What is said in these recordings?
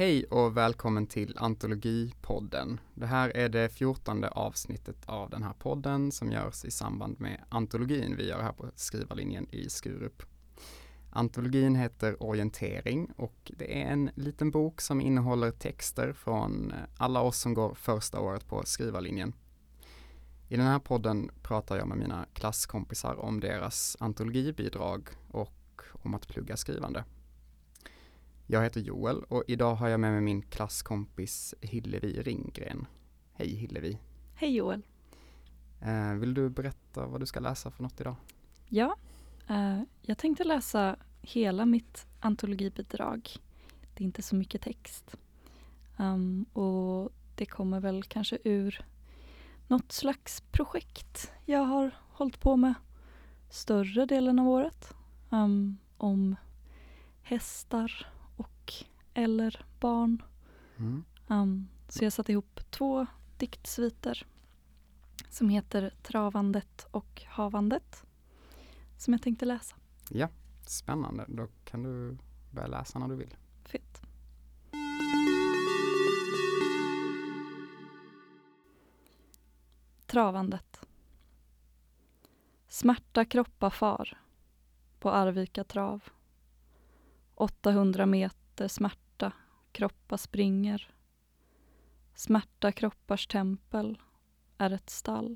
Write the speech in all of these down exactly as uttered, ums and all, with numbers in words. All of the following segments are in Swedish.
Hej och välkommen till Antologipodden. Det här är det fjortonde avsnittet av den här podden som görs i samband med antologin vi gör här på Skrivarlinjen i Skurup. Antologin heter Orientering och det är en liten bok som innehåller texter från alla oss som går första året på Skrivarlinjen. I den här podden pratar jag med mina klasskompisar om deras antologibidrag och om att plugga skrivande. Jag heter Joel och idag har jag med mig min klasskompis Hillevi Ringgren. Hej Hillevi. Hej Joel. Eh, vill du berätta vad du ska läsa för något idag? Ja, eh, jag tänkte läsa hela mitt antologibidrag. Det är inte så mycket text. Um, och det kommer väl kanske ur något slags projekt jag har hållit på med större delen av året. Um, om hästar och eller barn. Mm. Um, så jag satte ihop två diktsviter som heter Travandet och Havandet som jag tänkte läsa. Ja, spännande. Då kan du börja läsa när du vill. Fett. Travandet. Smärta kroppa far på Arvika trav. åttahundra meter smärta kroppa springer. Smärta kroppars tempel är ett stall.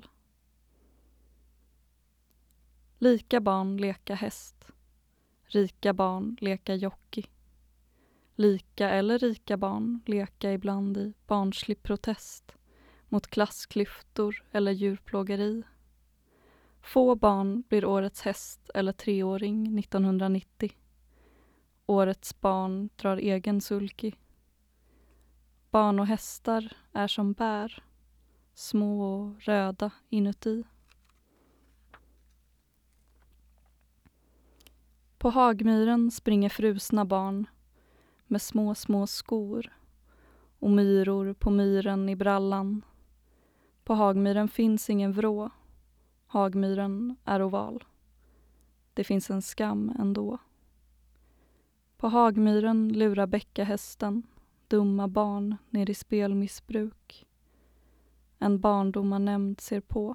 Lika barn leka häst. Rika barn leka jockey. Lika eller rika barn leka ibland i barnslig protest mot klassklyftor eller djurplågeri. Få barn blir årets häst eller treåring nittonhundranittio. Årets barn drar egen sulky. Barn och hästar är som bär, små och röda inuti. På Hagmyren springer frusna barn med små, små skor och myror på myren i brallan. På Hagmyren finns ingen vrå. Hagmyren är oval. Det finns en skam ändå. På Hagmyren lurar bäckahästen dumma barn ner i spelmissbruk. En barndomarnämnd ser på.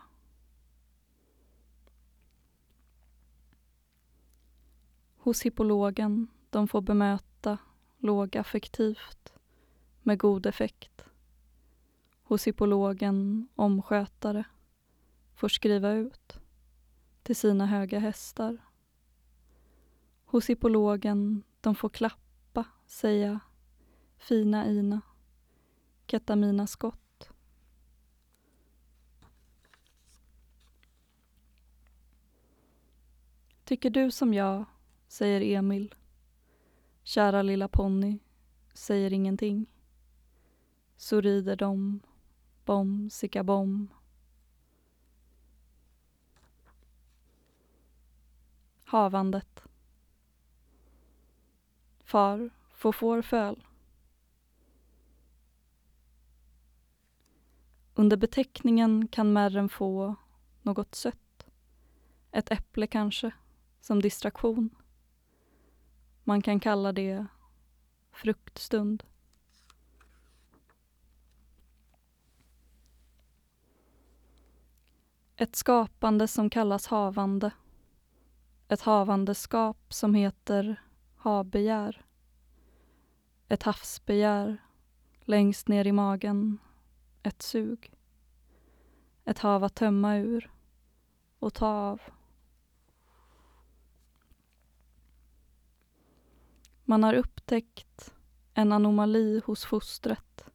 Hos hippologen de får bemöta lågaffektivt med god effekt. Hos hippologen omskötare får skriva ut till sina höga hästar. Hos hippologen de får klappa, säga fina Ina, ketamina skott. Tycker du som jag, säger Emil. Kära lilla ponny, säger ingenting. Så rider de, bom, sicka bom. Havandet. Far, få får föl. Under beteckningen kan märren få något sött. Ett äpple kanske, som distraktion. Man kan kalla det fruktstund. Ett skapande som kallas havande. Ett havandeskap som heter havbegär. Ett havsbegär längst ner i magen. Ett sug. Ett hav att tömma ur och ta av. Man har upptäckt en anomali hos fostret.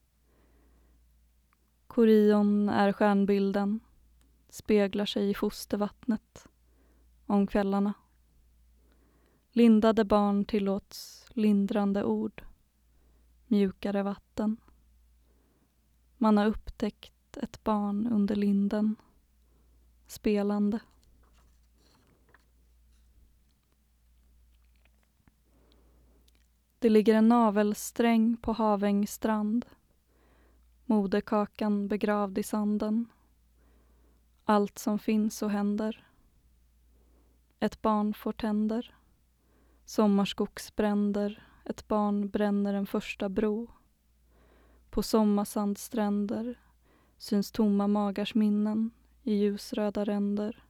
Korion är stjärnbilden, speglar sig i fostervattnet om kvällarna. Lindade barn tillåts lindrande ord, mjukare vatten. Man har upptäckt ett barn under linden, spelande. Det ligger en navelsträng på Haväng strand. Moderkakan begravd i sanden. Allt som finns och händer. Ett barn får tänder. Sommarskogsbränder. Ett barn bränner en första bro På sommarsandstränder syns tomma magars minnen i ljusröda ränder.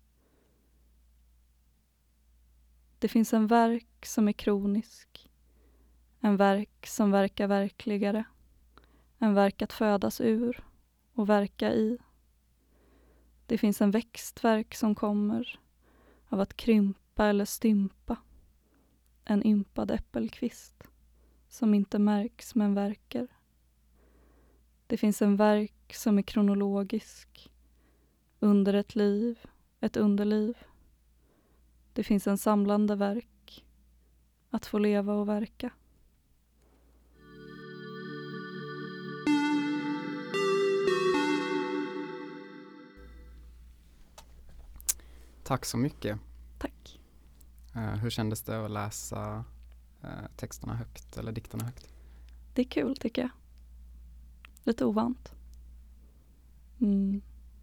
Det finns en verk som är kronisk. En verk som verkar verkligare. En verk att födas ur och verka i. Det finns en växtverk som kommer av att krympa eller stympa. En ympad äppelkvist som inte märks men verkar. Det finns en verk som är kronologisk. Under ett liv, ett underliv. Det finns en samlande verk. Att få leva och verka. Tack så mycket. Tack. Uh, hur kändes det att läsa uh, texterna högt eller dikterna högt? Det är kul tycker jag. Lite ovant. Mm.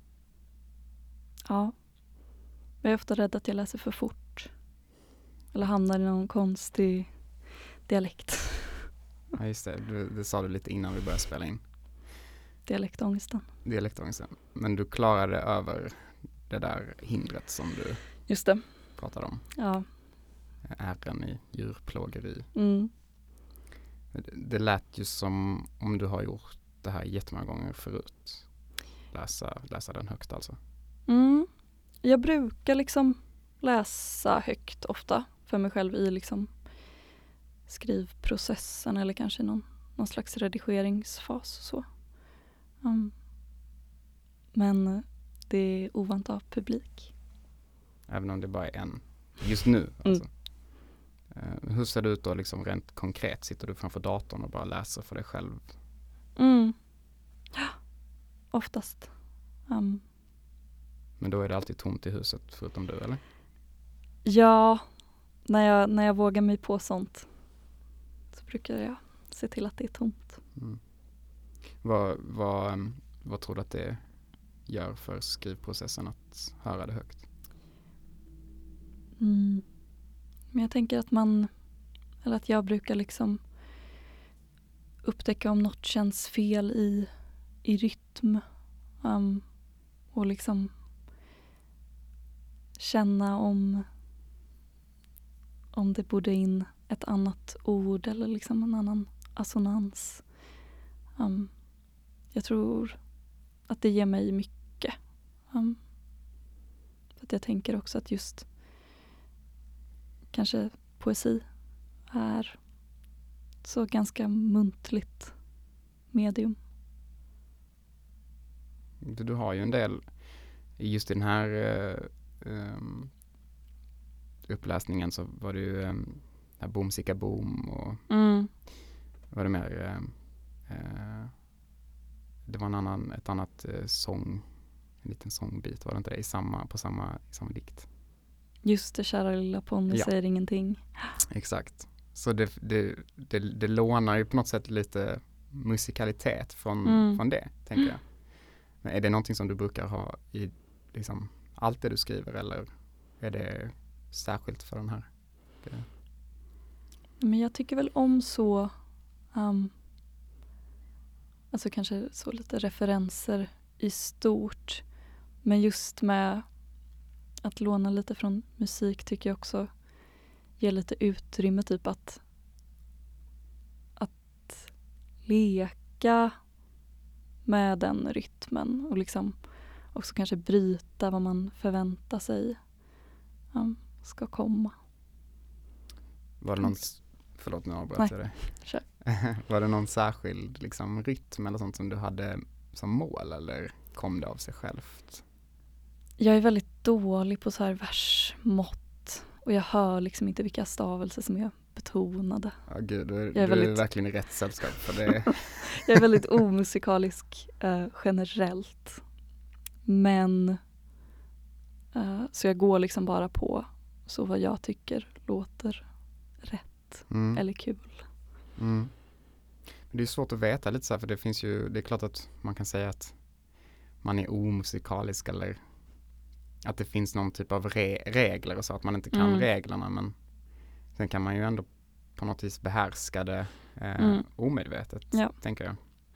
Ja. Jag är ofta rädd att jag läser för fort. Eller hamnar i någon konstig dialekt. Ja just det, du, det sa du lite innan vi började spela in. Dialektångesten. Dialektångesten. Men du klarade över det där hindret som du Just det. pratade om. Ja. Ärren i djurplågeri. Mm. Det, det lät ju som om du har gjort det här jättemånga gånger förut. Läsa, läsa den högt alltså. Mm. Jag brukar liksom läsa högt ofta för mig själv i liksom skrivprocessen eller kanske någon, någon slags redigeringsfas och så. Um, men det är ovant av publik. Även om det bara är en. Just nu alltså. Mm. Uh, hur ser det ut då liksom rent konkret? Sitter du framför datorn och bara läser för dig själv? Mm. Ja, oftast. Um, Men då är det alltid tomt i huset förutom du, eller? Ja, när jag, när jag vågar mig på sånt så brukar jag se till att det är tomt. Mm. Vad, vad, vad tror du att det gör för skrivprocessen att höra det högt? Mm. Men jag tänker att man, eller att jag brukar liksom upptäcka om något känns fel i, i rytm. Um, och liksom känna om om det borde in ett annat ord eller liksom en annan assonans. Um, jag tror att det ger mig mycket. Um, för att jag tänker också att just kanske poesi är så ganska muntligt medium. Du, du har ju en del just i den här uh, um, uppläsningen så var det ju um, här Boom Sicka Boom och Mm. var det mer uh, uh, det var en annan, ett annat uh, sång, en liten sångbit var det inte det, i samma, på samma, i samma dikt. Just det, kära lilla ponny Ja. säger ingenting. Exakt. Så det, det, det, det lånar ju på något sätt lite musikalitet från, Mm. från det, tänker jag. Men är det någonting som du brukar ha i liksom, allt det du skriver eller är det särskilt för den här? Det... Men jag tycker väl om så um, alltså kanske så lite referenser i stort. Men just med att låna lite från musik tycker jag också ger lite utrymme typ att att leka med den rytmen och liksom också kanske bryta vad man förväntar sig um, ska komma. Var det någon, förlåt nu avbröt jag dig. Kör. Var det någon särskild liksom, rytm eller sånt som du hade som mål eller kom det av sig självt? Jag är väldigt dålig på så här versmått och jag hör liksom inte vilka stavelser som är betonade. Ja gud, du, är, Jag är du väldigt... är verkligen i rätt sällskap för det. Jag är väldigt omusikalisk uh, generellt. Men uh, så jag går liksom bara på så vad jag tycker låter rätt Mm. eller kul. Mm. Men det är svårt att veta lite så här, för det finns ju, det är klart att man kan säga att man är omusikalisk eller att det finns någon typ av re- regler och så, att man inte kan Mm. reglerna, men sen kan man ju ändå på något vis behärska det eh, Mm. omedvetet, Ja. tänker jag.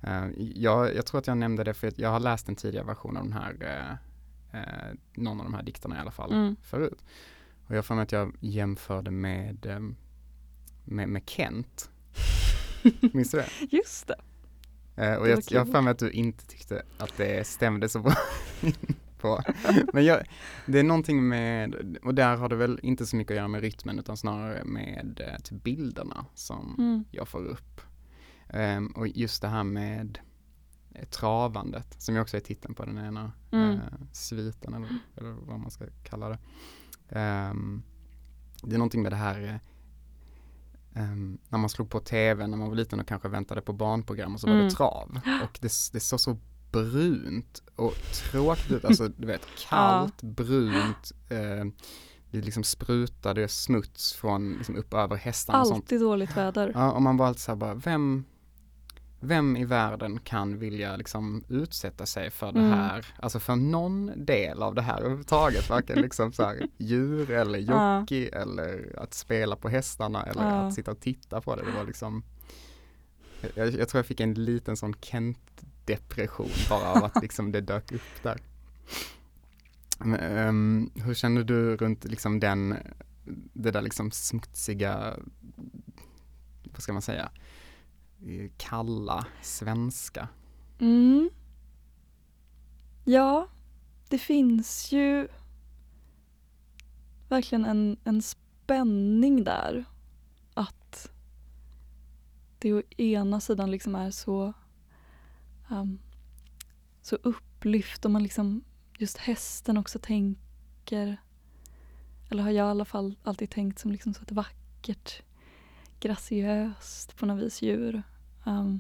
Uh, jag, jag tror att jag nämnde det för att jag har läst en tidigare version av den här, uh, uh, någon av de här dikterna i alla fall, mm. förut. Och jag får mig att jag jämförde med, um, med, med Kent. Minns du det? Just det. Uh, och det jag, jag får mig att du inte tyckte att det stämde så bra på. Men jag, det är någonting med, och där har det väl inte så mycket att göra med rytmen utan snarare med uh, typ bilderna som mm. jag får upp. Um, och just det här med eh, travandet som ju också är titeln på den ena mm. uh, sviten eller, eller vad man ska kalla det. Um, det är någonting med det här um, när man slog på tv när man var liten och kanske väntade på barnprogram och så mm. var det trav. Och det, det såg så brunt och tråkigt ut. Alltså du vet, kallt, ja. brunt. Uh, det liksom sprutade smuts från liksom, upp över hästarna. Alltid och sånt. Dåligt väder. Ja, och man var alltid så här bara, vem... Vem i världen kan vilja liksom utsätta sig för det här, mm. alltså för någon del av det här överhuvudtaget, varken liksom så här djur eller jockey ja. eller att spela på hästarna eller ja. att sitta och titta på det. Det var liksom, jag, jag tror jag fick en liten sån Kent-depression bara av att liksom det dök upp där. Men, um, hur känner du runt liksom den, det där liksom smutsiga, vad ska man säga, kalla svenska? Mm. Ja, det finns ju verkligen en, en spänning där. Att det å ena sidan liksom är så um, så upplyft och man liksom just hästen också tänker, eller har jag i alla fall alltid tänkt som liksom så ett vackert, graciöst på något vis djur. Um,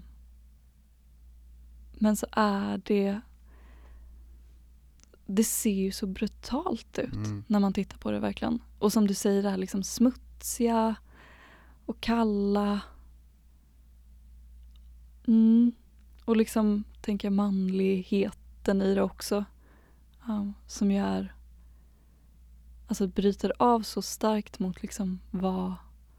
men så är det det ser ju så brutalt ut mm. när man tittar på det verkligen. Och som du säger, det här liksom smutsiga och kalla. Mm. Och liksom, tänker jag, manligheten i det också. Um, som ju är, alltså bryter av så starkt mot liksom vad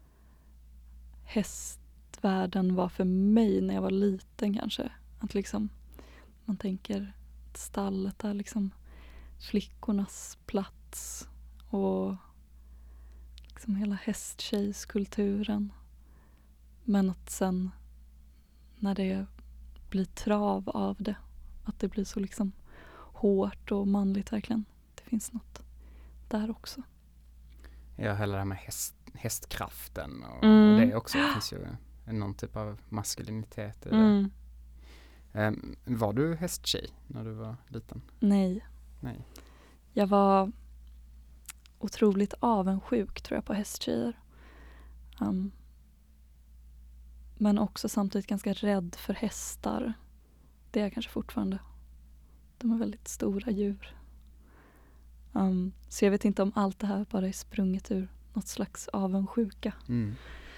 hästvärlden var för mig när jag var liten kanske. Att liksom, man tänker stallet är liksom flickornas plats och liksom hela hästtjejskulturen. Men att sen när det blir trav av det, att det blir så liksom hårt och manligt verkligen. Det finns något där också. Ja, hela det här med häst, hästkraften och, mm. och det också. Det finns ju någon typ av maskulinitet i det. Mm. Um, var du hästtjej när du var liten? Nej. Nej. Jag var otroligt avundsjuk tror jag på hästtjejer. Um, men också samtidigt ganska rädd för hästar. Det är jag kanske fortfarande. De är väldigt stora djur. Um, så jag vet inte om allt det här bara är sprunget ur något slags avundsjuka. Mm.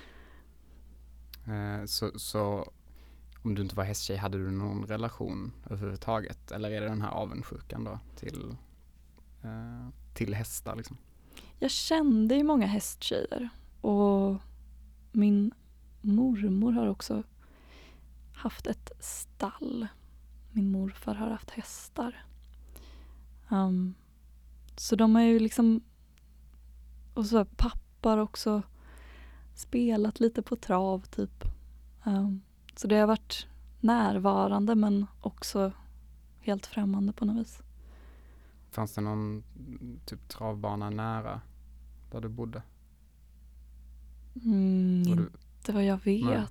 Uh, så, så om du inte var hästtjej, hade du någon relation överhuvudtaget? Eller är det den här avundsjukan då till, uh, till hästar liksom? Jag kände ju många hästtjejer. Och min mormor har också haft ett stall. Min morfar har haft hästar. Um, så de har ju liksom, och så pappa har också spelat lite på trav typ. Um, så det har varit närvarande men också helt främmande på något vis. Fanns det någon typ travbana nära där du bodde? Mm, du... inte vad jag vet. Nej.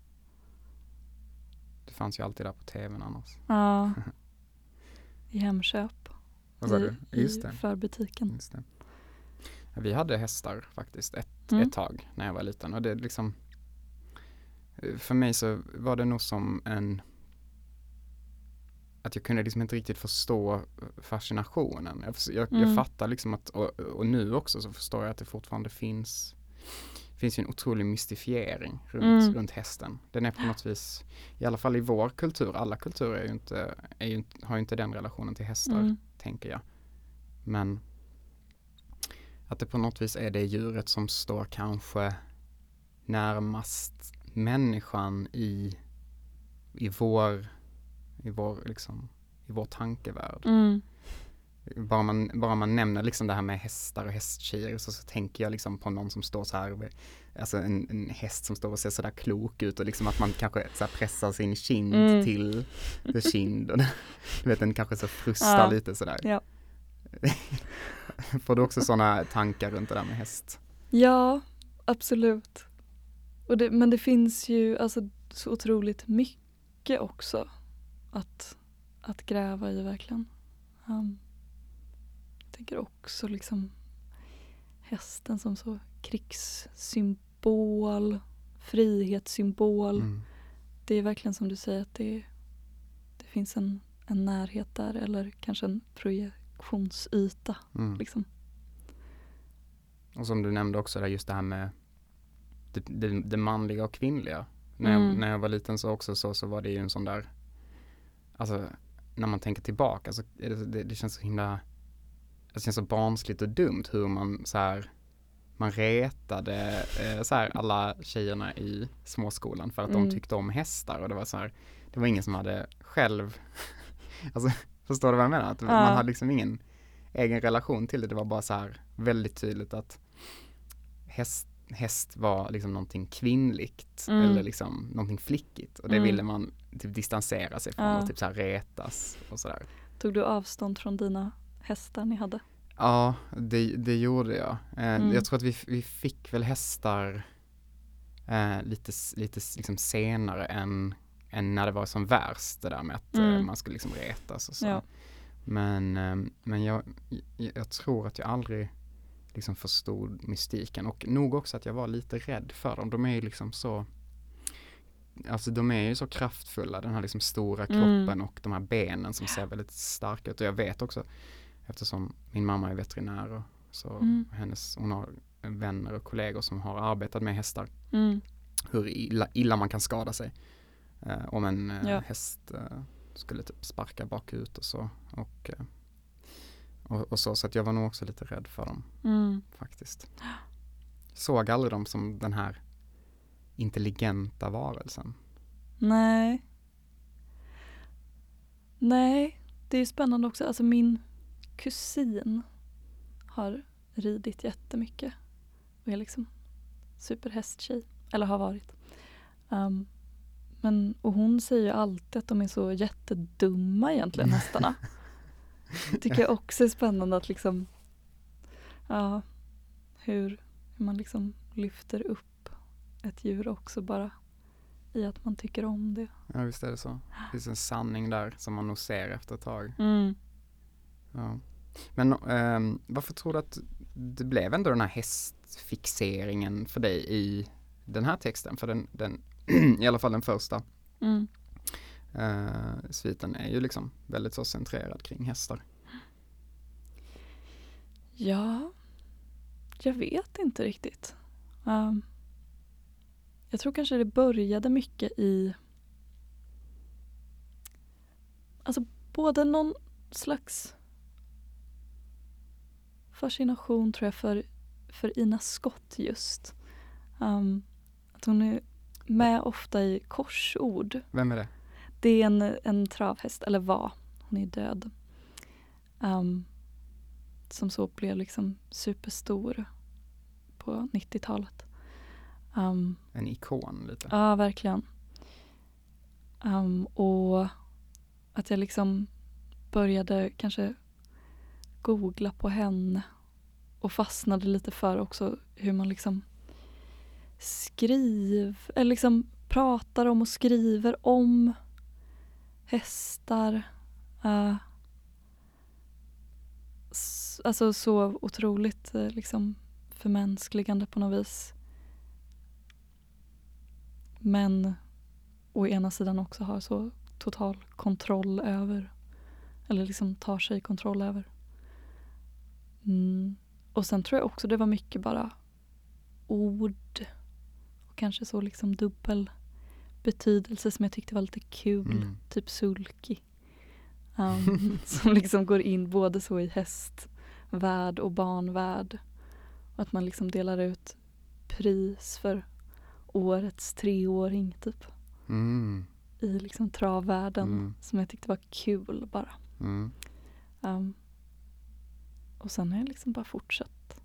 Det fanns ju alltid där på tvn annars. Ja, i Hemköp. Vad sa du? Just I det. förbutiken. Just det. Ja, vi hade hästar faktiskt ett, mm. ett tag när jag var liten. Och det liksom, för mig så var det nog som en, att jag kunde liksom inte riktigt förstå fascinationen. Jag, jag, mm. jag fattar liksom att, och, och nu också så förstår jag att det fortfarande finns finns ju en otrolig mystifiering runt, mm. runt hästen. Den är på något vis, i alla fall i vår kultur, alla kulturer är ju inte, är ju inte, har ju inte den relationen till hästar, mm. tänker jag. Men att det på något vis är det djuret som står kanske närmast människan i i vår i vår liksom i vår tankevärld. Mm. Bara man, bara man nämner liksom det här med hästar och hästtjejer så, så tänker jag liksom på någon som står så här, alltså en, en häst som står och ser så där klok ut och liksom att man kanske så här pressar sin kind mm. till the kind och du vet den kanske så frustar ja. lite sådär. Ja. Får du också sådana tankar runt det där med häst? Ja, absolut. Och det, men det finns ju alltså så otroligt mycket också att, att gräva i verkligen. Um, jag tänker också liksom hästen som så krigssymbol, frihetssymbol. Mm. Det är verkligen som du säger att det, det finns en, en närhet där eller kanske en projektionsyta. Mm. Liksom. Och som du nämnde också där just det här med det, det, det manliga och kvinnliga. När jag, Mm. när jag var liten så också så, så var det ju en sån där, alltså när man tänker tillbaka så är det, det, det känns så himla, det känns så barnsligt och dumt hur man så här, man retade eh, så här alla tjejerna i småskolan för att mm. de tyckte om hästar och det var så här, det var ingen som hade själv, alltså förstår du vad jag menar? Att ja. Man hade liksom ingen egen relation till det, det var bara så här väldigt tydligt att häst häst var liksom någonting kvinnligt mm. eller liksom någonting flickigt och det mm. ville man typ distansera sig från ja. och typ så här retas och sådär. Tog du avstånd från dina hästar ni hade? Ja, det, det gjorde jag. Eh, mm. Jag tror att vi, vi fick väl hästar eh, lite, lite liksom senare än, än när det var som värst det där med att mm. eh, man skulle liksom retas och så. Ja. Men, eh, men jag, jag, jag tror att jag aldrig liksom förstod mystiken och nog också att jag var lite rädd för dem. De är ju liksom så, alltså de är ju så kraftfulla, den här liksom stora kroppen mm. och de här benen som ser väldigt starka ut och jag vet också eftersom min mamma är veterinär och så mm. hennes, hon har vänner och kollegor som har arbetat med hästar mm. hur illa, illa man kan skada sig eh, om en eh, ja. häst eh, skulle typ sparka bakut och så och eh, Och, och så, så att jag var nog också lite rädd för dem mm. faktiskt. Såg aldrig dem som den här intelligenta varelsen. Nej. Nej, det är spännande också. Alltså min kusin har ridit jättemycket och är liksom superhästtjej, eller har varit. Um, men, och hon säger ju alltid att de är så jättedumma egentligen, hästarna. Det tycker jag också är spännande att liksom ja, hur, hur man liksom lyfter upp ett djur också bara i att man tycker om det. Ja, visst är det så. Det finns en sanning där som man nog ser efter ett tag. Mm. Ja. Men ähm, varför tror du att det blev ändå den här hästfixeringen för dig i den här texten? För den, den i alla fall den första. Mm. Uh, sviten är ju liksom väldigt så centrerad kring hästar. Ja, jag vet inte riktigt. Um, jag tror kanske det började mycket i alltså både någon slags fascination tror jag för, för Ina Scott just. Um, att hon är med ofta i korsord. Vem är det? Det är en, en travhäst, eller var. Hon är död. Um, som så blev liksom superstor på nittiotalet. Um, en ikon lite. Ja, verkligen. Um, och att jag liksom började kanske googla på henne och fastnade lite för också hur man liksom skriver, eller liksom pratar om och skriver om hästar. Uh, s- alltså så otroligt uh, liksom förmänskligande på något vis. Men å ena sidan också har så total kontroll över, eller liksom tar sig kontroll över. Mm. Och sen tror jag också det var mycket bara ord och kanske så liksom dubbel betydelse som jag tyckte var lite kul. Mm. Typ sulky. Um, som liksom går in både så i hästvärld och barnvärld. Och att man liksom delar ut pris för årets treåring typ. Mm. i liksom travvärlden Mm. som jag tyckte var kul bara. Mm. Um, och sen har jag liksom bara fortsatt.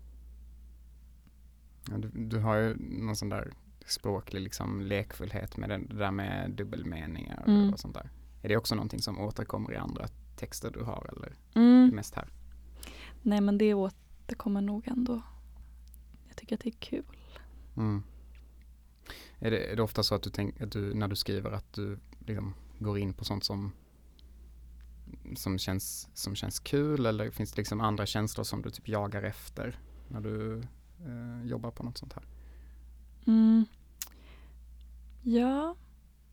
Ja, du, du har ju någon sån där språklig liksom lekfullhet med det, det där med dubbelmeningar Mm. och sånt där. Är det också någonting som återkommer i andra texter du har eller Mm. mest här? Nej, men det återkommer nog ändå. Jag tycker att det är kul. Mm. Är det, är det ofta så att du, tänk, att du när du skriver att du liksom går in på sånt som som känns, som känns kul, eller finns det liksom andra känslor som du typ jagar efter när du eh, jobbar på något sånt här? Mm. Ja.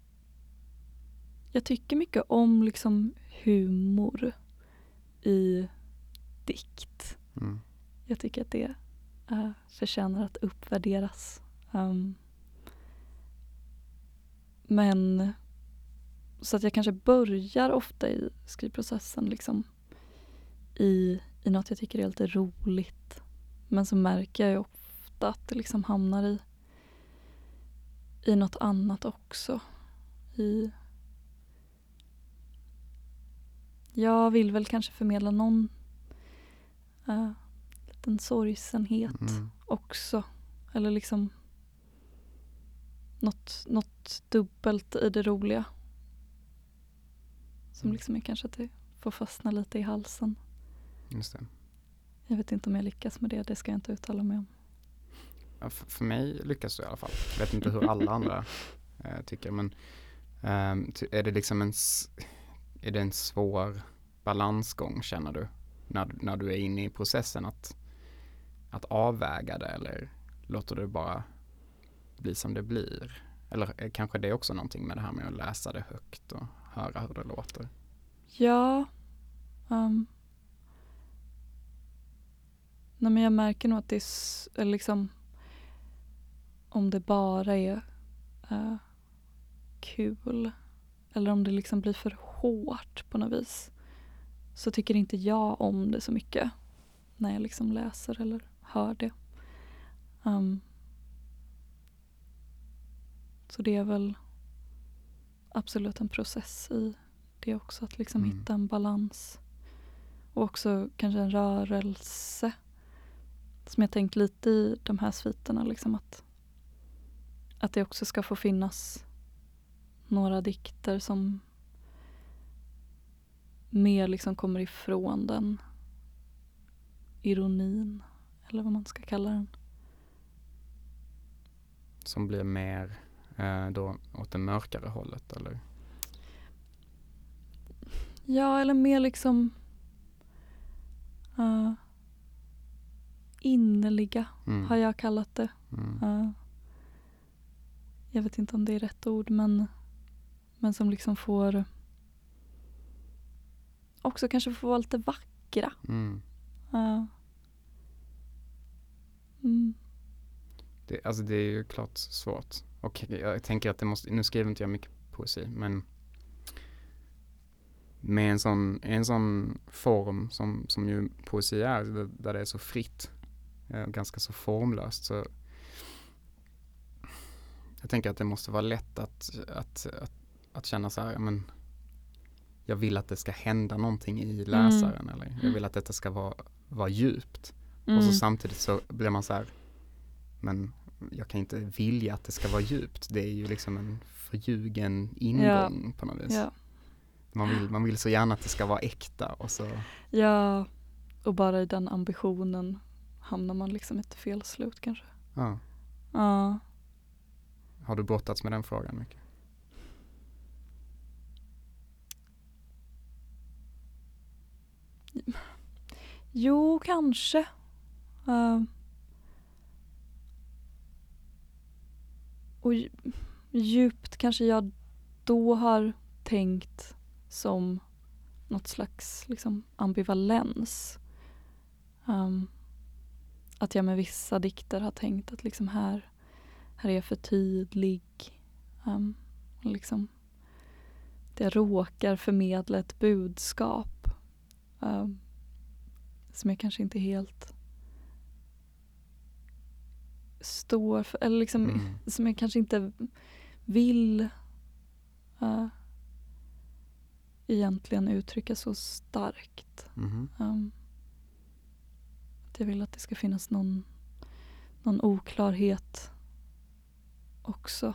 Jag tycker mycket om liksom humor i dikt. Mm. Jag tycker att det uh, förtjänar att uppvärderas. Um, men så att jag kanske börjar ofta i skrivprocessen liksom i, i något jag tycker är lite roligt. Men så märker jag ju ofta att det liksom hamnar i i något annat också. I jag vill väl kanske förmedla någon uh, liten sorgsenhet Mm. också. Eller liksom något, något dubbelt i det roliga. Som Mm. liksom är kanske att det får fastna lite i halsen. Just det. Jag vet inte om jag lyckas med det. Det ska jag inte uttala mig om. Ja, för, för mig lyckas du i alla fall. Jag vet inte hur alla andra eh, tycker, men ehm, ty- är det liksom en s- är det en svår balansgång, känner du, när, när du är inne i processen att, att avväga det, eller låter du bara bli som det blir? Eller är kanske det är också någonting med det här med att läsa det högt och höra hur det låter? Ja. Um, nej, men jag märker nog att det är s- eller liksom om det bara är uh, kul eller om det liksom blir för hårt på något vis, så tycker inte jag om det så mycket när jag liksom läser eller hör det. Um, så det är väl absolut en process i det också, att liksom Mm. hitta en balans. Och också kanske en rörelse som jag tänkt lite i de här sviterna, liksom att att det också ska få finnas några dikter som mer liksom kommer ifrån den ironin, eller vad man ska kalla den. Som blir mer eh, då åt det mörkare hållet, eller? Ja, eller mer liksom uh, innerliga Mm. har jag kallat det. Mm. Uh, jag vet inte om det är rätt ord, men, men som liksom får också kanske får vara lite vackra. Mm. Uh, mm. Det, alltså det är ju klart svårt. Och jag tänker att det måste, nu skriver inte jag mycket poesi, men med en sån, en sån form som, som ju poesi är, där, där det är så fritt, eh, ganska så formlöst, så jag tänker att det måste vara lätt att, att, att, att känna så här, men jag vill att det ska hända någonting i läsaren, mm. eller jag vill att detta ska vara, vara djupt. Mm. Och så samtidigt så blir man så här, men jag kan inte vilja att det ska vara djupt. Det är ju liksom en förljugen ingång ja. på något vis. Ja. Man, vill, man vill så gärna att det ska vara äkta. Och så. Ja, och bara i den ambitionen hamnar man liksom i ett fel slut kanske. Ja. Ja. Har du brottats med den frågan mycket? Jo, kanske. Uh. Och djupt kanske jag då har tänkt som något slags liksom ambivalens. Um, att jag med vissa dikter har tänkt att liksom här, här är jag för tydlig. Um, liksom, att jag råkar förmedla ett budskap um, som jag kanske inte helt står för, eller liksom, mm. som jag kanske inte vill uh, egentligen uttrycka så starkt. Mm. Um, att jag vill att det ska finnas någon, någon oklarhet också.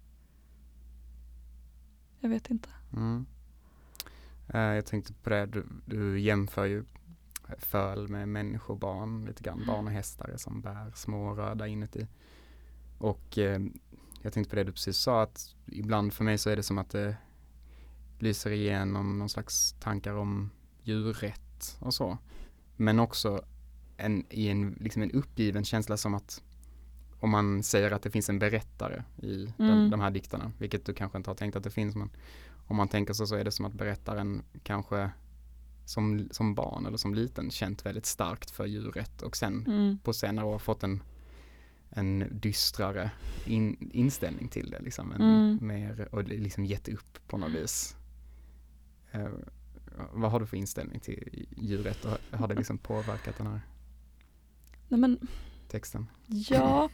Jag vet inte. Mm. Uh, jag tänkte på det, du, du jämför ju föl med människobarn, lite grann barn och hästar som bär små röda inuti. Och eh, jag tänkte på det du precis sa, att ibland för mig så är det som att det lyser igenom någon slags tankar om djurrätt och så. Men också en, i en, liksom en uppgiven känsla som att om man säger att det finns en berättare i Mm. de, de här dikterna, vilket du kanske inte har tänkt att det finns, men om man tänker så så är det som att berättaren kanske som, som barn eller som liten känt väldigt starkt för djurrätt och sen Mm. på senare år fått en, en dystrare in, inställning till det. Liksom, en Mm. mer, och liksom gett upp på något vis. Uh, vad har du för inställning till djurrätt och har det liksom påverkat den här Nej, men, texten? ja.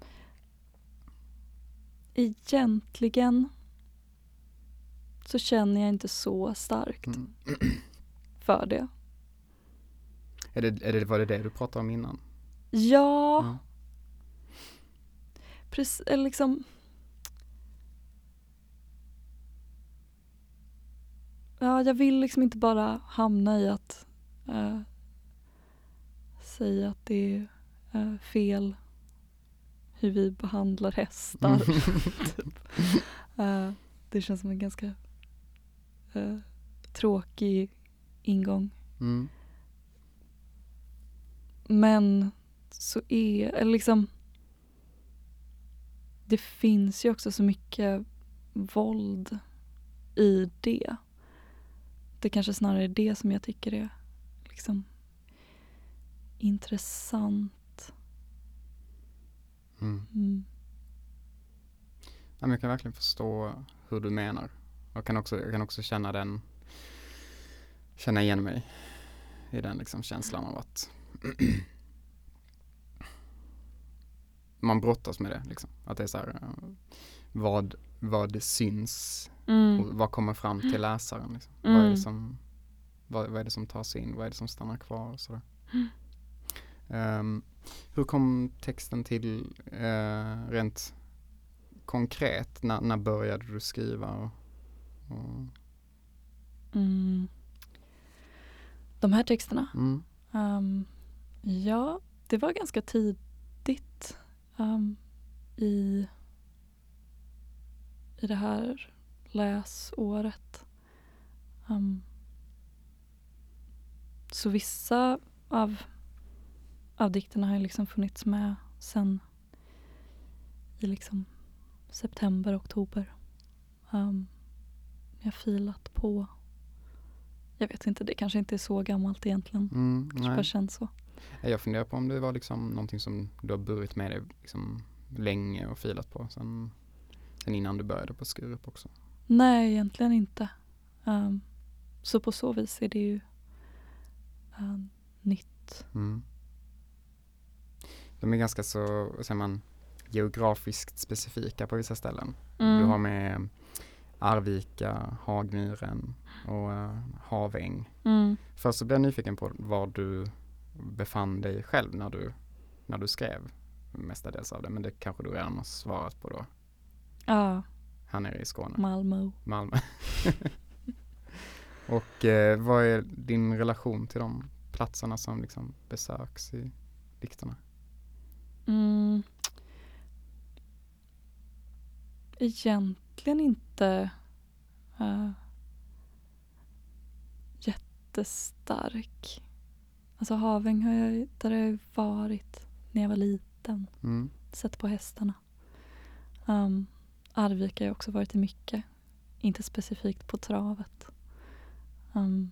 Egentligen så känner jag inte så starkt Mm. för det. Är det, är det, var det det du pratade om innan? Ja. Ja. Precis, eller liksom ja, jag vill liksom inte bara hamna i att äh, säga att det är äh, fel hur vi behandlar hästar. typ. äh, det känns som en ganska äh, tråkig ingång. Mm. Men så är eller liksom det finns ju också så mycket våld i det. Det kanske snarare är det som jag tycker är liksom intressant. Mm. Mm. Ja, men jag kan verkligen förstå hur du menar. Jag kan också, jag kan också känna den känna igen mig i den liksom känslan av att man brottas med det liksom. Att det är så här, uh, vad, vad det syns Mm. och vad kommer fram till läsaren liksom. Mm. Vad är det som vad, vad är det som tas in, vad är det som stannar kvar och sådär. Mm. Um, hur kom texten till uh, rent konkret? När, när började du skriva? Och, och... Mm. De här texterna? Mm. Um, ja, det var ganska tidigt um, i, i det här läsåret. Um, så vissa av, av dikterna har liksom funnits med sen i liksom september, oktober. Um, jag har filat på. Jag vet inte, det kanske inte är så gammalt egentligen. Mm, Kanske bara känns så. Jag funderar på om det var liksom någonting som du har burit med dig liksom länge och filat på sen, sen innan du började på Skurup också. Nej, egentligen inte. Um, så på så vis är det ju uh, nytt. Mm. De är ganska så, vad säger man, geografiskt specifika på vissa ställen. Mm. Du har med Arvika, Hagmyren och uh, Haväng. Mm. Först så blev jag nyfiken på var du befann dig själv när du, när du skrev mestadels av det, men det kanske du redan har svarat på då. Ja, Här nere i Skåne. Malmö. Malmö. Och eh, vad är din relation till de platserna som liksom besöks i dikterna? Mm. Egentligen inte uh, jättestark. Alltså Haväng har jag, där har jag varit när jag var liten. Mm. Sett på hästarna. Um, Arvika har jag också varit i mycket. Inte specifikt på travet. Um,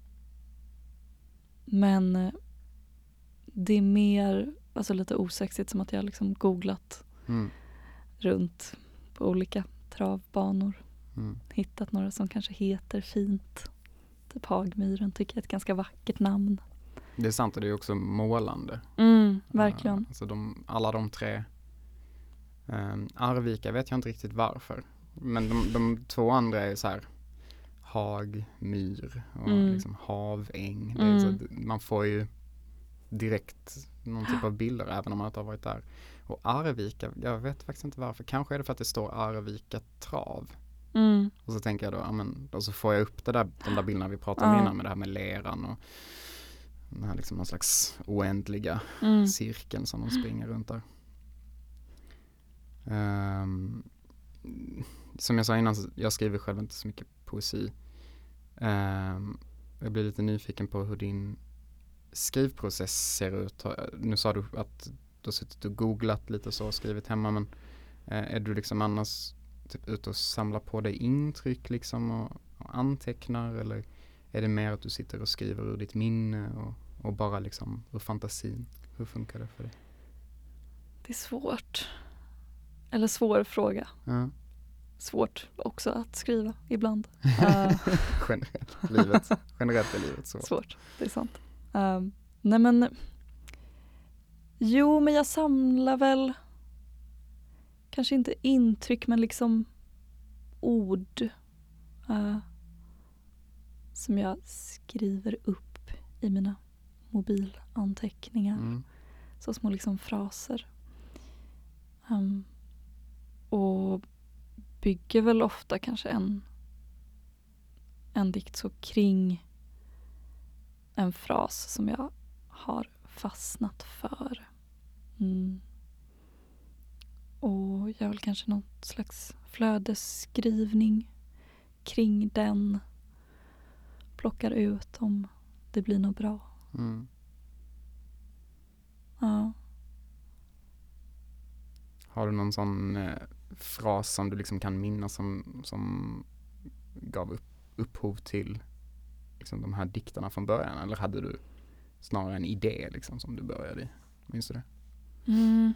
men uh, det är mer alltså lite osexigt som att jag liksom googlat Mm. runt på olika travbanor. Mm. Hittat några som kanske heter fint. Typ Hagmyren tycker jag är ett ganska vackert namn. Det är sant och det är också målande. Mm, verkligen. Uh, alltså de, alla de tre. Um, Arvika vet jag inte riktigt varför. Men de, de två andra är så här hag, myr och Mm. liksom hav, äng. Det är Mm. så att man får ju direkt någon typ av bilder även om man inte har varit där. Och Arvika, jag vet faktiskt inte varför. Kanske är det för att det står Arvika trav. Mm. Och så tänker jag då, ja men, då så får jag upp det där, de där bilderna vi pratade om Ja. innan med det här med leran och den här liksom någon slags oändliga Mm. cirkeln som de springer runt där. Um, som jag sa innan, så jag skriver själv inte så mycket poesi. Um, jag blir lite nyfiken på hur din skrivprocess ser ut. Nu sa du att du har suttit och googlat lite så och skrivit hemma, men eh, är du liksom annars typ ute och samlar på dig intryck liksom och, och antecknar, eller är det mer att du sitter och skriver ur ditt minne och, och bara liksom ur fantasin? Hur funkar det för dig? Det är svårt. Eller svår fråga. Ja. Svårt också att skriva ibland. Uh, generellt, livet, generellt är livet så. Svårt, det är sant. Um, nej men, jo men jag samlar väl kanske inte intryck men liksom ord uh, som jag skriver upp i mina mobilanteckningar. Mm. Så små liksom fraser. Um, och bygger väl ofta kanske en en dikt så kring en fras som jag har fastnat för. Mm. Och jag vill kanske något slags flödesskrivning kring den. Plockar ut om det blir något bra. Mm. Ja. Har du någon sån eh, fras som du liksom kan minnas som, som gav upp, upphov till liksom de här dikterna från början? Eller hade du snarare en idé liksom som du började i? Minns du det? Mm.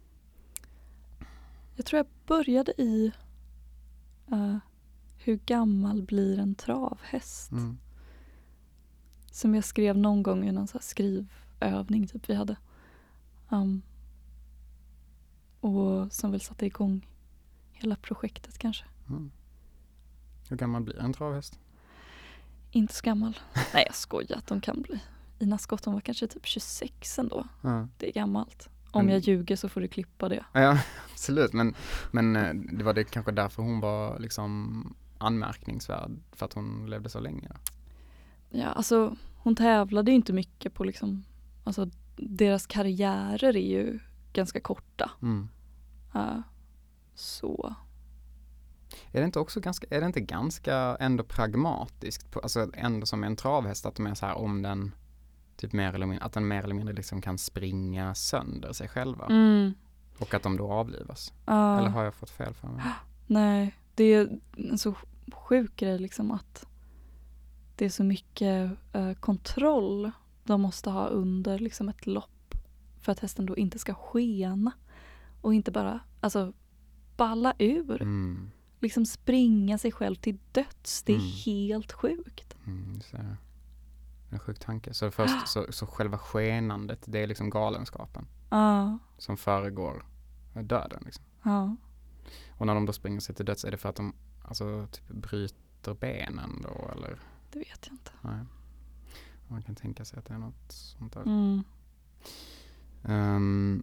Jag tror jag började i uh, hur gammal blir en travhäst? Mm. Som jag skrev någon gång i någon så här skrivövning typ vi hade. Um, och som väl satte igång hela projektet kanske. Mm. Hur gammal blir en travhäst? Inte så gammal. Nej, jag skojar att de kan bli. Ina Scott, hon var kanske typ tjugosex ändå. Ja. Det är gammalt. Om Men- jag ljuger så får du klippa det. Ja, absolut. Men, men eh, det var det kanske därför hon var liksom anmärkningsvärd, för att hon levde så länge. Ja, alltså hon tävlade ju inte mycket på liksom, alltså deras karriärer är ju ganska korta. Mm. Uh, så. Är det inte också ganska, är det inte ganska ändå pragmatiskt, på, alltså ändå som en travhäst, att de är så här om den typ mer eller mindre, att den mer eller mindre liksom kan springa sönder sig själva Mm. och att de då avlivas? Uh, Eller har jag fått fel för mig? Nej, det är en så sjuk grej liksom att det är så mycket uh, kontroll de måste ha under liksom ett lopp för att hästen då inte ska skena och inte bara alltså balla ur. Mm. Liksom springa sig själv till döds. Det är Mm. helt sjukt. Mm, så är det. En sjuk tanke. Så först så, så själva skenandet, det är liksom galenskapen Ja, som föregår döden liksom. ja. Och när de då springer sig till döds, är det för att de alltså typ bryter benen då, eller? Det vet jag inte. Nej. Man kan tänka sig att det är något sånt där. Mm. Um,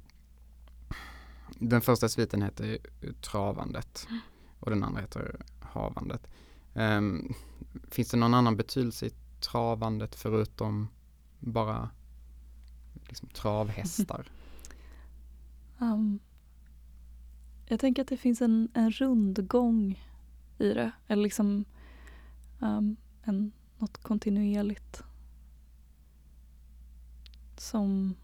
den första sviten heter ju Travandet och den andra heter Havandet. Um, finns det någon annan betydelse i travandet förutom bara liksom travhästar? Um, jag tänker att det finns en, en rundgång i det. Eller liksom um, en, något kontinuerligt. Som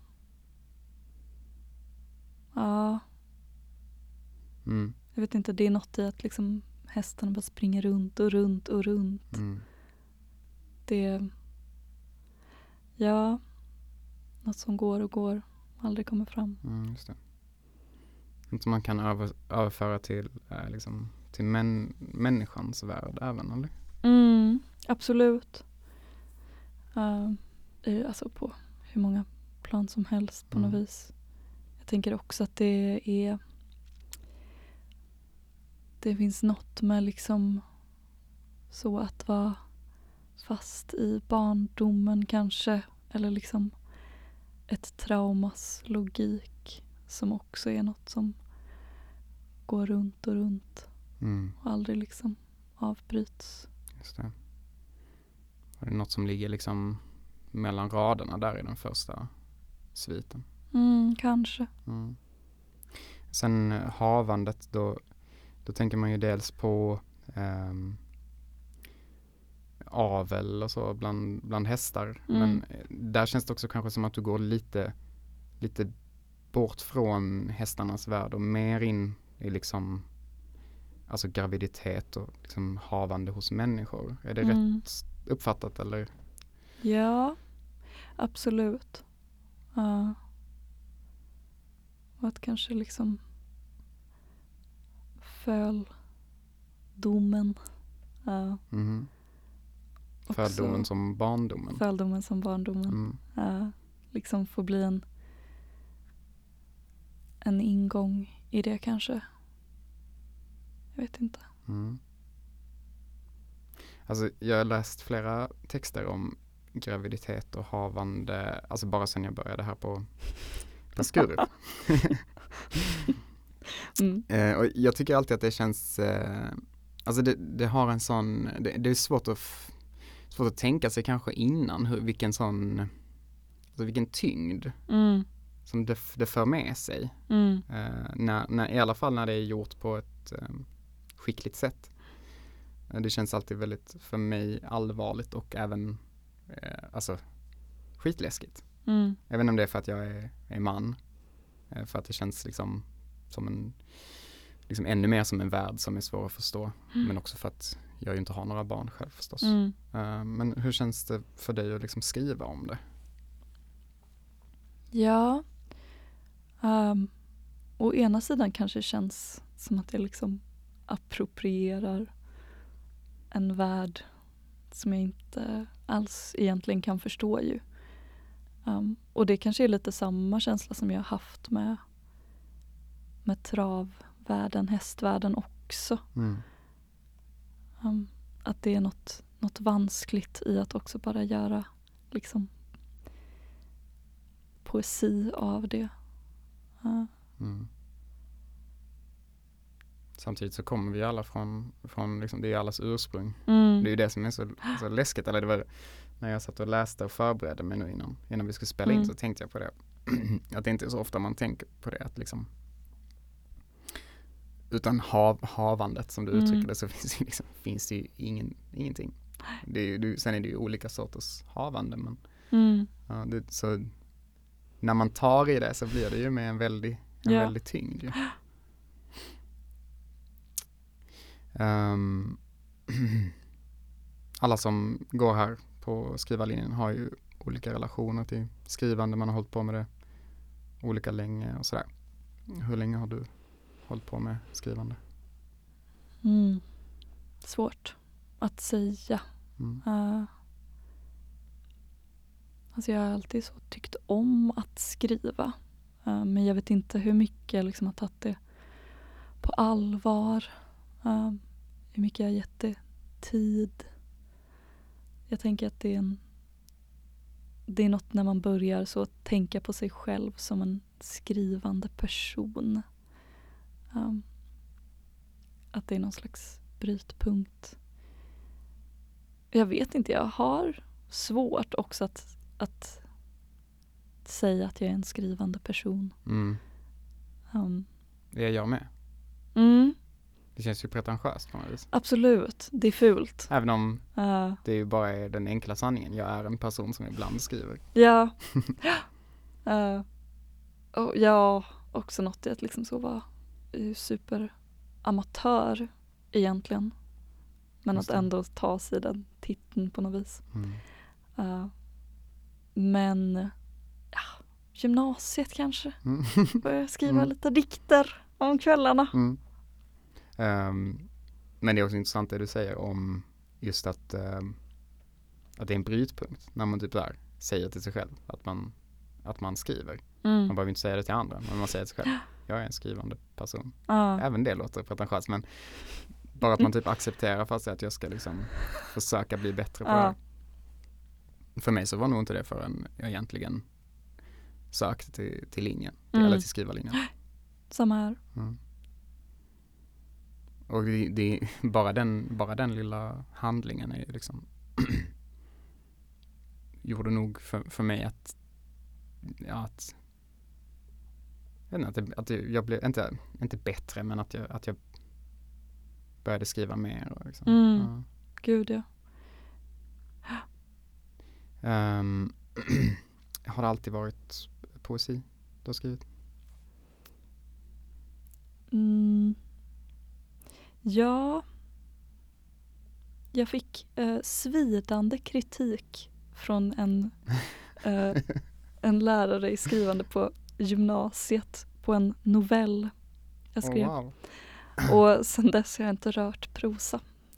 ja, Mm, jag vet inte, det är något i att liksom hästarna bara springer runt och runt och runt. mm, Det ja, något som går och går aldrig kommer fram. mm, just det. Inte man kan över, överföra till, äh, liksom, till män, människans värld även, eller? Mm, absolut. Uh, alltså på hur många plan som helst på Mm. något vis. Jag tänker också att det är det finns något med liksom så att vara fast i barndomen kanske, eller liksom ett traumas logik som också är något som går runt och runt Mm. och aldrig liksom avbryts. Just det. Är det något som ligger liksom mellan raderna där i den första sviten? Mm, kanske. Mm. Sen eh, havandet, då, då tänker man ju dels på ehm, avel och så bland, bland hästar. Mm. Men eh, där känns det också kanske som att du går lite, lite bort från hästarnas värld och mer in i liksom alltså graviditet och liksom havande hos människor. Är det Mm. rätt uppfattat eller? Ja, absolut. Ja. Och att kanske liksom földomen. Ja. Mhm. Också- Fördomen som barndomen. Földomen som barndomen. Mm. Ja, liksom får bli en en ingång i det kanske. Jag vet inte. Mm. Alltså jag har läst flera texter om graviditet och havande, alltså bara sedan jag började här på, på Skurup. Mm. eh, och jag tycker alltid att det känns, eh, alltså det, det har en sån, det, det är svårt att, f- svårt att tänka sig kanske innan hur, vilken sån, alltså vilken tyngd Mm. som det, det för med sig. Mm. Eh, när, när, i alla fall när det är gjort på ett eh, skickligt sätt. Eh, det känns alltid väldigt för mig allvarligt och även eh, alltså skitläskigt. Mm. Även om det är för att jag är, är man. Eh, för att det känns liksom som en liksom ännu mer som en värld som är svår att förstå. Mm. Men också för att jag ju inte har några barn själv förstås. Mm. Eh, men hur känns det för dig att liksom skriva om det? Ja. Um, å ena sidan kanske det känns som att jag liksom approprierar en värld som jag inte alls egentligen kan förstå ju. Um, och det kanske är lite samma känsla som jag har haft med med travvärlden, hästvärlden också. Mm. Um, att det är något, något vanskligt i att också bara göra liksom poesi av det. Uh, Mm. Samtidigt så kommer vi alla från, från liksom, det är allas ursprung. mm, Det är ju det som är så, så läskigt. Eller det var när jag satt och läste och förberedde mig nu innan, innan vi skulle spela in Mm. så tänkte jag på det. Att det inte är så ofta man tänker på det. Att liksom, utan hav, havandet som du Mm. uttrycker det så finns, det liksom, finns det ju ingen, ingenting. Det är ju, det, sen är det ju olika sorters havande. Men, mm, ja, det, så när man tar i det så blir det ju med en väldig, en Ja. väldig tyngd. Ju. Um, alla som går här på skrivarlinjen har ju olika relationer till skrivande. Man har hållit på med det olika länge och sådär. Hur länge har du hållit på med skrivande? mm. Svårt att säga. Mm. Uh, alltså jag har alltid så tyckt om att skriva. Uh, men jag vet inte hur mycket jag liksom har tagit det på allvar. Uh, hur mycket jag har gett det tid. Jag tänker att det är en det är något när man börjar så att tänka på sig själv som en skrivande person. Um, att det är någon slags brytpunkt. Jag vet inte, jag har svårt också att, att säga att jag är en skrivande person. Mm. Um, Det är jag med. mm, Det känns ju pretentiöst på något vis. absolut, det är fult. Även om Uh, det ju bara är den enkla sanningen. Jag är en person som ibland skriver. ja. uh, och ja, också något i att liksom så vara uh, superamatör egentligen. Men Just att det. ändå ta sig den titeln på något vis. Mm. Uh, men ja, gymnasiet kanske. Mm. Börja skriva Mm. lite dikter om kvällarna. Mm. Um, men det är också intressant det du säger om just att, um, att det är en brytpunkt när man typ där säger till sig själv att man, att man skriver. Mm. Man behöver inte säga det till andra, men man säger till sig själv. jag är en skrivande person. Ja. Även det låter pretentiöst, men bara att man typ accepterar fast att jag ska liksom försöka bli bättre på Ja. det här. För mig så var nog inte det förrän jag egentligen sökte till, till linjen, till, Mm. eller till skrivarlinjen. Samma här. Mm. Och det, det, bara, den, bara den lilla handlingen är ju liksom gjorde nog för, för mig att, ja, att, jag vet inte, att, att jag blev inte, inte bättre, men att jag, att jag började skriva mer. Och liksom. Mm. Ja. Gud, ja. Um, har det alltid varit poesi du har skrivit? Mm. Ja. Jag fick eh, svidande kritik från en, eh, en lärare i skrivande på gymnasiet på en novell jag skrev. Oh, wow. Och sen dess har jag inte rört prosa.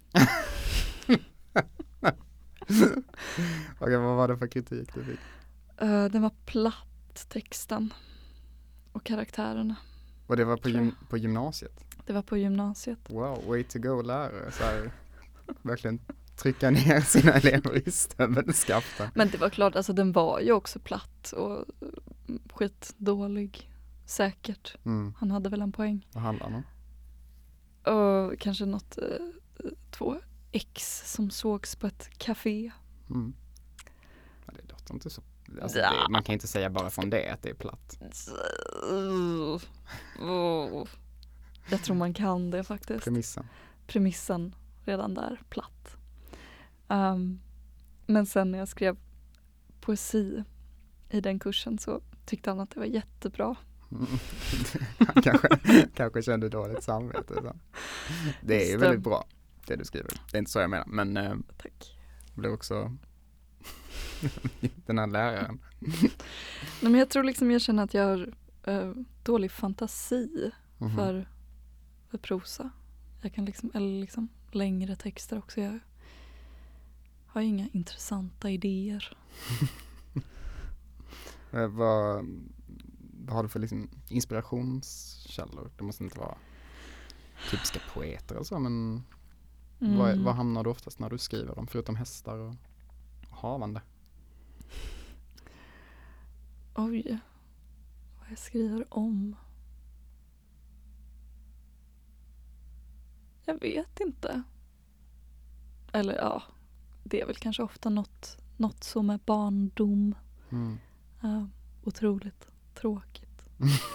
Okej, vad var det för kritik du fick? Uh, den var platt, texten och karaktärerna. Och det var på, Tror jag. gym, på gymnasiet? Det var på gymnasiet. Wow, way to go lärare. Så här, verkligen trycka ner sina elever i stövelskaften. Men det var klart, alltså den var ju också platt och skitdålig. Säkert. Mm. Han hade väl en poäng. Vad handlar det om? Och kanske något, eh, två ex som sågs på ett café. Mm. Ja, det låter inte så... Alltså, Ja. det, man kan inte säga bara från det att det är platt. Jag tror man kan det faktiskt. Premissen. Premissen redan där, platt. Um, men sen när jag skrev poesi i den kursen så tyckte han att det var jättebra. Mm. Han kanske, kanske kände dåligt samvete. Så. Det är ju väldigt bra, det du skriver. Det är inte så jag menar, men eh, Tack. det blir också den här läraren. Nej, men jag tror liksom jag känner att jag har uh, dålig fantasi Mhm. för, för prosa. Jag kan liksom, eller liksom längre texter också. Jag har inga intressanta idéer. Eh, vad, vad har du för liksom inspirationskällor? Det måste inte vara typiska poeter och så, men Mm. vad, vad hamnar du oftast när du skriver om, förutom hästar och, och havande? Oj, vad jag skriver om. Jag vet inte. Eller ja, det är väl kanske ofta något, något som är barndom. Mm. Uh, otroligt tråkigt.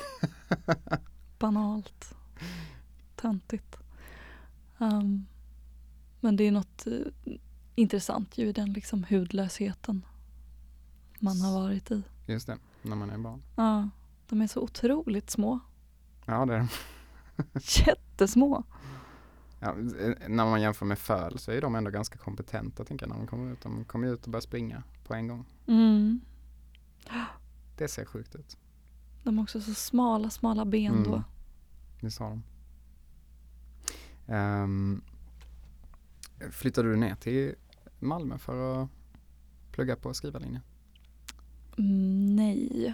Banalt. Töntigt. Um, men det är något uh, intressant ju i den liksom hudlösheten man har varit i. Just det, när man är barn. Ja, de är så otroligt små. Ja, det är de. Jättesmå. Ja, när man jämför med föl så är de ändå ganska kompetenta, tänker jag, när de kommer ut. De kommer ut och börjar springa på en gång. Mm. Det ser sjukt ut. De har också så smala, smala ben Mm. då. Det sa de. Um, flyttade du ner till Malmö för att plugga på skrivarlinjen? Mm, nej.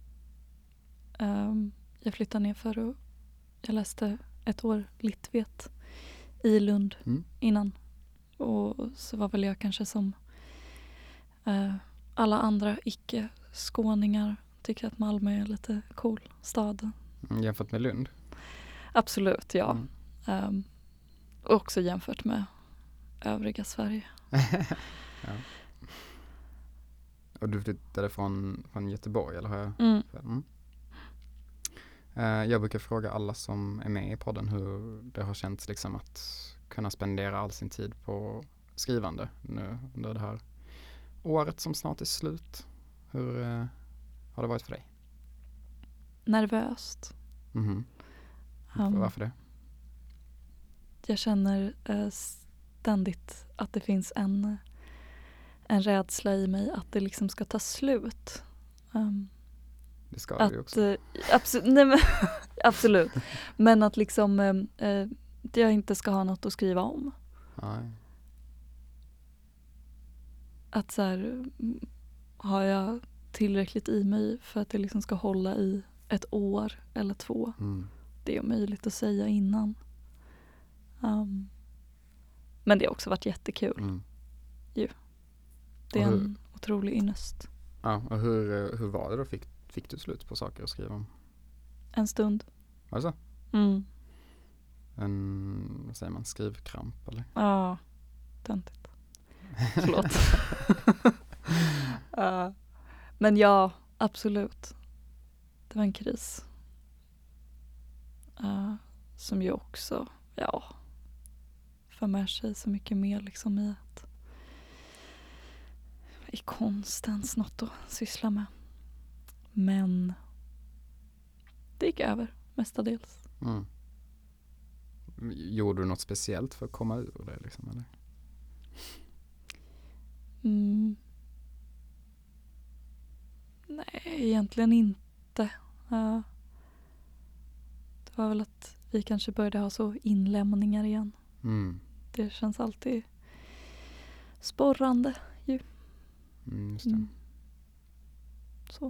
Um, jag flyttade ner för att jag läste ett år littvet i Lund Mm. innan. Och så var väl jag kanske som uh, alla andra icke-skåningar tycker att Malmö är en lite cool stad. Mm, jämfört med Lund? Absolut, ja. Mm. Um, också jämfört med övriga Sverige. Ja. Och du flyttade från, från Göteborg, eller har jag? Mm. Mm. Uh, jag brukar fråga alla som är med i podden hur det har känts liksom att kunna spendera all sin tid på skrivande nu under det här året som snart är slut. Hur uh, har det varit för dig? Nervöst. Mhm. Um, Varför det? Jag känner eh, ständigt att det finns en, en rädsla i mig att det liksom ska ta slut. Um, Det ska att, det ju också. eh, absolut, nej men, absolut. Men att liksom eh, eh, jag inte ska ha något att skriva om. Nej. Att så här, mm, har jag tillräckligt i mig för att det liksom ska hålla i ett år eller två. Mm. Det är möjligt att säga innan. Um, men det har också varit jättekul. Mm. Ju. Det är Och hur- en otrolig ynnest. Ja, och hur, hur var det då? Fick, fick du slut på saker att skriva om? En stund. Var det så? Mm. En, vad säger man, skrivkramp eller? Ja, töntigt. Förlåt. uh, men ja, absolut. Det var en kris. Uh, som ju också, ja, för med sig så mycket mer liksom i att i konstens något att syssla med. Men det gick över mestadels. Mm. Gjorde du något speciellt för att komma ur det liksom, eller? Mm. Nej, egentligen inte. Uh, det var väl att vi kanske började ha så inlämningar igen. Mm. Det känns alltid sporrande ju. Mm, just det. Mm. Så.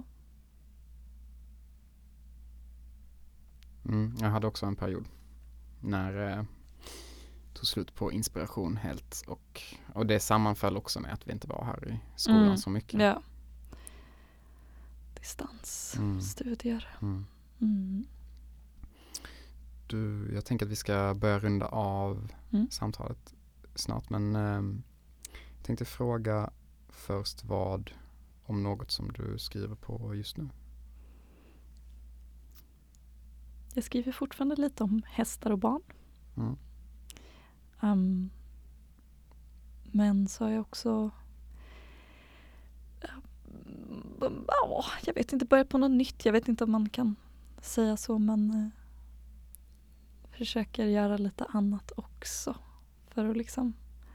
Mm, jag hade också en period när eh, tog slut på inspiration helt och, och det sammanföll också med att vi inte var här i skolan Mm. så mycket. Ja. Distansstudier. Mm. Mm. Du, jag tänker att vi ska börja runda av Mm. samtalet snart, men eh, jag tänkte fråga först vad om något som du skriver på just nu. Jag skriver fortfarande lite om hästar och barn. Mm. Um, men så har jag också ja, jag vet inte, börjat på något nytt. Jag vet inte om man kan säga så, men uh, försöker göra lite annat också för att liksom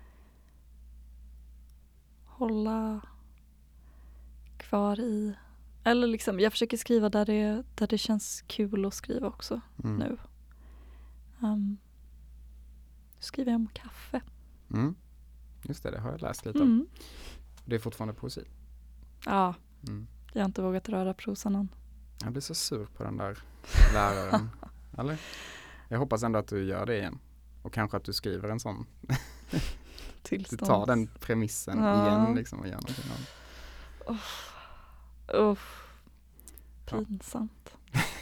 hålla kvar i, eller liksom jag försöker skriva där det, där det känns kul att skriva också Mm. nu. Um, nu skriver jag om kaffe. Mm. Just det, det har jag läst lite om. Mm. Det är fortfarande poesi. Ja, Mm. jag har inte vågat röra prosan än. Jag blir så sur på den där läraren. Eller? Jag hoppas ändå att du gör det igen. Och kanske att du skriver en sån. Du tar den premissen Ja. igen liksom och gör någonting av det. Uff. Pinsamt.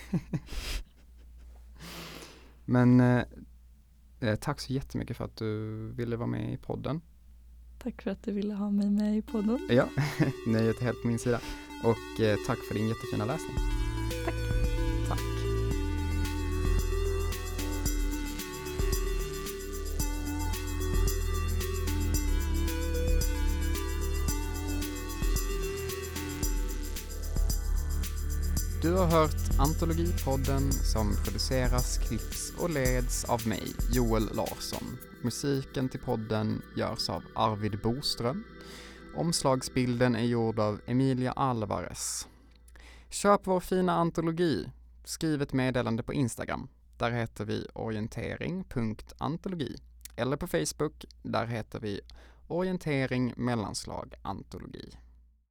Men eh, tack så jättemycket för att du ville vara med i podden. Tack för att du ville ha mig med i podden. Ja, nöjet är helt på min sida. Och eh, tack för din jättefina läsning. Tack. Tack. Du har hört Antologipodden som produceras, klipps och leds av mig, Joel Larsson. Musiken till podden görs av Arvid Boström. Omslagsbilden är gjord av Emilia Alvarez. Köp vår fina antologi. Skriv ett meddelande på Instagram. Där heter vi orientering punkt antologi. Eller på Facebook, där heter vi orientering mellanslag antologi.